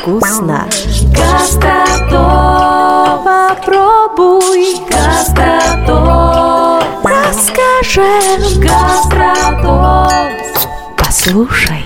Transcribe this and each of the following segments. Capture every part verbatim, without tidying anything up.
вкусно. Гастротом. Попробуй. Гастротом. Расскажем. Гастротом. Послушай.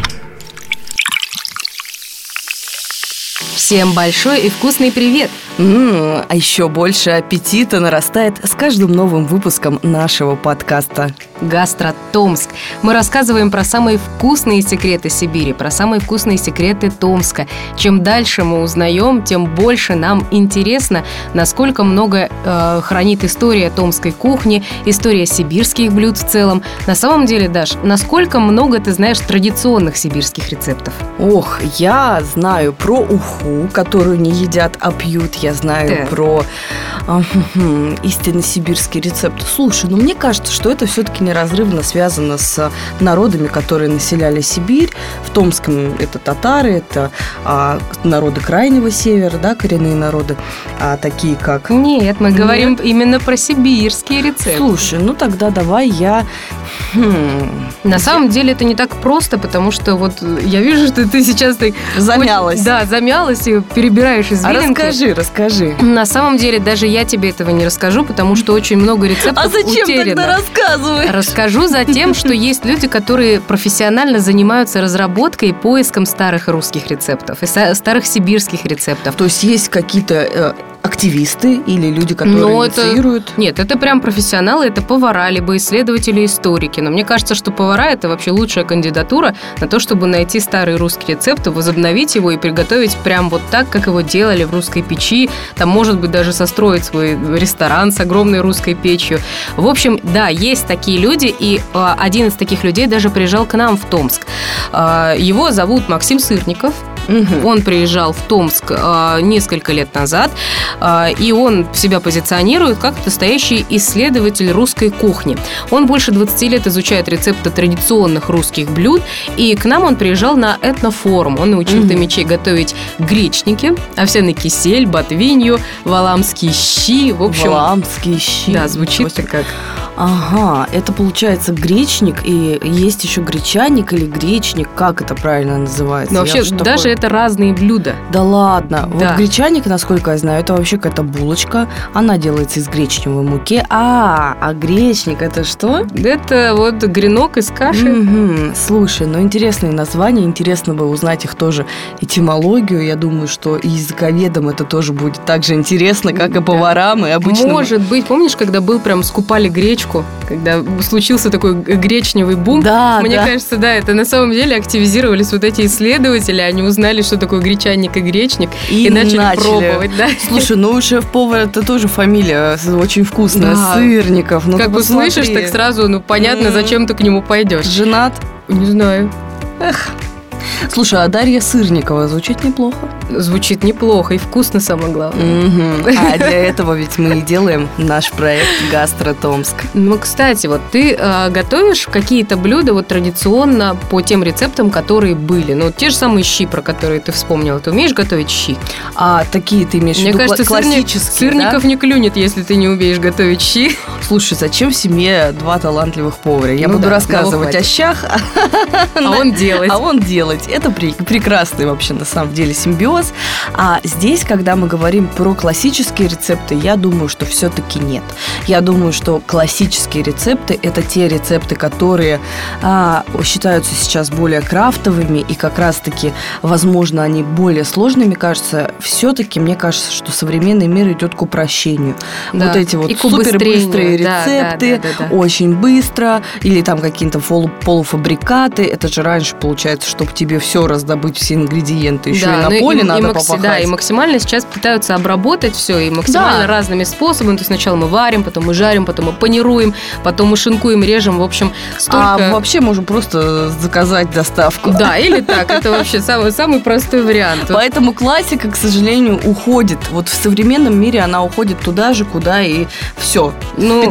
Всем большой и вкусный привет! М-м, а еще больше аппетита нарастает с каждым новым выпуском нашего подкаста. Гастротомск. Мы рассказываем про самые вкусные секреты Сибири, про самые вкусные секреты Томска. Чем дальше мы узнаем, тем больше нам интересно, насколько много э, хранит история томской кухни, история сибирских блюд в целом. На самом деле, Даш, насколько много ты знаешь традиционных сибирских рецептов? Ох, я знаю про уху, которую не едят, а пьют. Я знаю Так. про э, истинно сибирский рецепт. Слушай, ну мне кажется, что это все-таки неразрывно связано с народами, которые населяли Сибирь. В Томском это татары, это а, народы крайнего севера, да, коренные народы, а, такие как... Нет, мы Нет? говорим именно про сибирские рецепты. Слушай, ну тогда давай я... Хм, На самом деле это не так просто, потому что вот я вижу, что ты сейчас так замялась. очень- да, замялась и перебираешь А извилинки. расскажи, расскажи. На самом деле даже я тебе этого не расскажу, потому что очень много рецептов А зачем утеряно. тогда рассказываешь? Расскажу за тем, что есть люди, которые профессионально занимаются разработкой и поиском старых русских рецептов и са- старых сибирских рецептов. То есть есть какие-то э, активисты или люди, которые Но это- инициируют? Нет, это прям профессионалы, это повара, либо исследователи, историки. Но мне кажется, что повара – это вообще лучшая кандидатура на то, чтобы найти старый русский рецепт, возобновить его и приготовить прям вот так, как его делали в русской печи. Там, может быть, даже состроить свой ресторан с огромной русской печью. В общем, да, есть такие люди, и э, один из таких людей даже приезжал к нам в Томск. Э, его зовут Максим Сырников. Мгм. Он приезжал в Томск э, несколько лет назад, э, и он себя позиционирует как настоящий исследователь русской кухни. Он больше двадцати лет изучает рецепты традиционных русских блюд, и к нам он приезжал на этнофорум. Он научил Мгм. томичей готовить гречники, овсяный кисель, ботвинью, валамские щи. В общем, Валамские щи. да, звучит-то как... Ага, это получается гречник, и есть еще гречаник или гречник, как это правильно называется? Но Я вообще, вот что даже такое- это разные блюда. Да ладно, Да. вот гречаник, насколько я знаю, это вообще какая-то булочка, она делается из гречневой муки. А, а гречник это что? Это вот гренок из каши. Мгм. Слушай, ну интересные названия, интересно бы узнать их тоже этимологию. Я думаю, что и языковедам это тоже будет так же интересно, как и Да. поварам, и обычным. Может быть, помнишь, когда был прям скупали гречку, когда случился такой г- гречневый бум? Да, Мне да. кажется, да, это на самом деле активизировались вот эти исследователи, они узнали, что такое гречаник и гречник, и, И начали, начали. пробовать, да. Слушай, ну у шеф-повара это тоже фамилия очень вкусная, Да. Сырников. Ну, Как ты услышишь, посмотри. так сразу, ну, понятно, М. зачем ты к нему пойдешь. Женат? Не знаю. Слушай, а Дарья Сырникова звучит неплохо. Звучит неплохо и вкусно, самое главное. Мгм. А для этого ведь мы и делаем наш проект «Гастротомск». Ну, кстати, вот ты э, готовишь какие-то блюда вот традиционно по тем рецептам, которые были. Ну, вот те же самые щи, про которые ты вспомнила. Ты умеешь готовить щи? А такие ты имеешь в Мне виду кажется, кла- сырник- классические, сырников не клюнет, если ты не умеешь готовить щи. да? Слушай, зачем в семье два талантливых повара? Я Ну буду да, рассказывать одного о щах, А он делает. а он делать. Это при- прекрасный вообще на самом деле симбиоз. А здесь, когда мы говорим про классические рецепты, я думаю, что все-таки нет. Я думаю, что классические рецепты – это те рецепты, которые а, считаются сейчас более крафтовыми, и как раз-таки, возможно, они более сложными кажутся. Все-таки мне кажется, что современный мир идет к упрощению. Да. Вот эти вот И к супербыстрые убыстрению. Да, рецепты, да, да, да, да. очень быстро, или там какие-то полу- полуфабрикаты. Это же раньше, получается, чтобы тебе все раздобыть, все ингредиенты, еще Да, и на ну и- поле и надо макси- попахать. Да, и максимально сейчас пытаются обработать все, и максимально Да. разными способами. То есть сначала мы варим, потом мы жарим, потом мы панируем, потом мы шинкуем, режем. В общем, столько... А вообще можем просто заказать доставку. Да, или так. Это вообще самый, самый простой вариант. Вот. Поэтому классика, к сожалению, уходит. Вот в современном мире она уходит туда же, куда и все. Ну,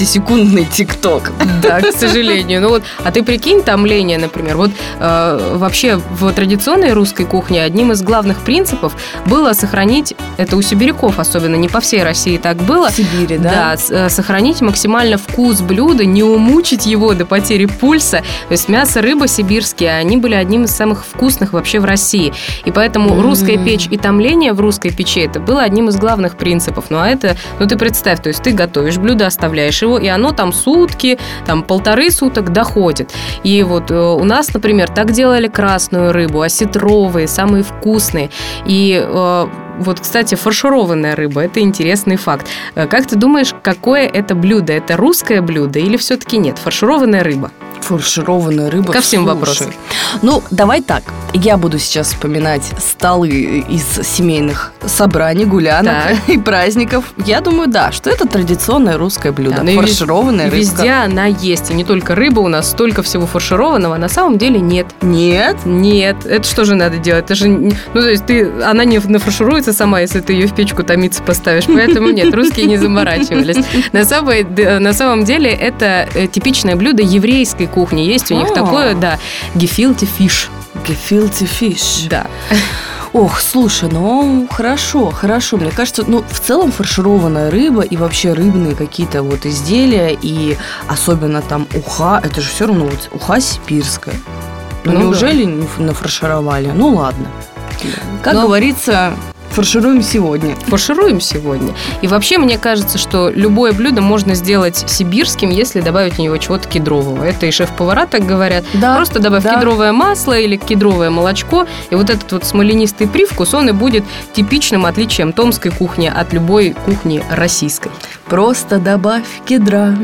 пятнадцатисекундный ТикТок. да, к сожалению. Ну вот, а ты прикинь, томление, например. Вот э, вообще вообще в традиционной русской кухне одним из главных принципов было сохранить, это у сибиряков особенно, не по всей России так было. В Сибири, да? Да, сохранить максимально вкус блюда, не умучить его до потери пульса. То есть мясо, рыба сибирские, они были одним из самых вкусных вообще в России. И поэтому mm-hmm. русская печь и томление в русской печи, это было одним из главных принципов. Ну, а это, ну, ты представь, то есть ты готовишь блюдо, оставляешь его, и оно там сутки, там полторы суток доходит. И вот у нас, например, так делали красную рыбу, осетровые, самые вкусные. И э, вот, кстати, фаршированная рыба – это интересный факт. Как ты думаешь, какое это блюдо? Это русское блюдо или все-таки нет? Фаршированная рыба. Фаршированная рыба. Ко всем Слушай. вопросам. Ну, давай так. Я буду сейчас вспоминать столы из семейных собраний, гулянок так. и праздников. Я думаю, да, что это традиционное русское блюдо. Да, фаршированная рыба. Везде она есть. И не только рыба, у нас столько всего фаршированного. На самом деле нет. Нет? Нет. Это что же надо делать? Это же, ну, то есть ты, она не нафаршируется сама, если ты ее в печку томиться поставишь. Поэтому нет, русские не заморачивались. На самом, на самом деле это типичное блюдо еврейской кухни. Есть у них такое, да, gefilte fish. Gefilte fish. Да. Ох, слушай, ну хорошо, хорошо. Мне кажется, ну в целом фаршированная рыба и вообще рыбные какие-то вот изделия, и особенно там уха, это же все равно вот уха сибирская. Ну, ну неужели да. не нафаршировали? Ну ладно. Как Но... говорится... Фаршируем сегодня. Фаршируем сегодня. И вообще, мне кажется, что любое блюдо можно сделать сибирским, если добавить в него чего-то кедрового. Это и шеф-повара так говорят. Да, Просто добавь да. кедровое масло или кедровое молочко, и вот этот вот смоленистый привкус, он и будет типичным отличием томской кухни от любой кухни российской. Просто добавь кедра.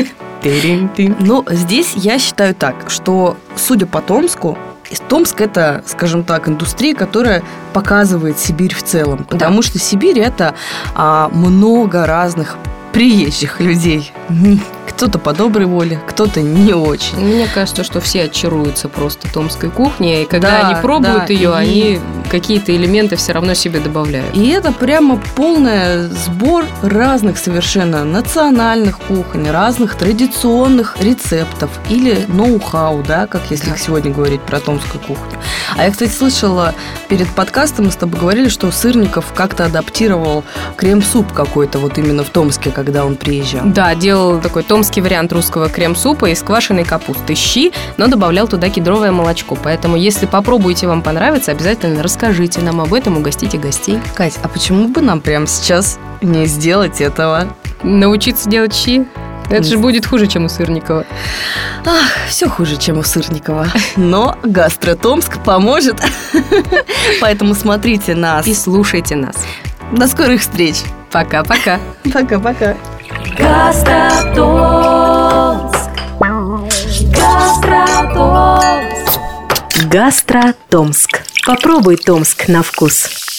Ну, здесь я считаю так, что, судя по Томску, Томск – это, скажем так, индустрия, которая показывает Сибирь в целом. Потому да. что Сибирь – это а, много разных приезжих людей. Кто-то по доброй воле, кто-то не очень. Мне кажется, что все очаруются просто томской кухней, и когда да, они пробуют да, ее, и... они какие-то элементы все равно себе добавляют. И это прямо полный сбор разных совершенно национальных кухонь, разных традиционных рецептов или ноу-хау, да, как если да. сегодня говорить про томскую кухню. А я, кстати, слышала перед подкастом, мы с тобой говорили, что Сырников как-то адаптировал крем-суп какой-то вот именно в Томске, когда он приезжал. Да, делал такой томский вариант русского крем-супа из квашеной капусты, щи, но добавлял туда кедровое молочко. Поэтому, если попробуете, вам понравится, обязательно расскажите нам об этом, угостите гостей. Кать, а почему бы нам прямо сейчас не сделать этого? Научиться делать щи? Это же будет хуже, чем у Сырникова. Ах, все хуже, чем у Сырникова. Но Гастротомск поможет. Поэтому смотрите нас. И слушайте нас. До скорых встреч. Пока-пока. Пока-пока. Гастротомск. Гастротомск. Гастротомск. Попробуй Томск на вкус.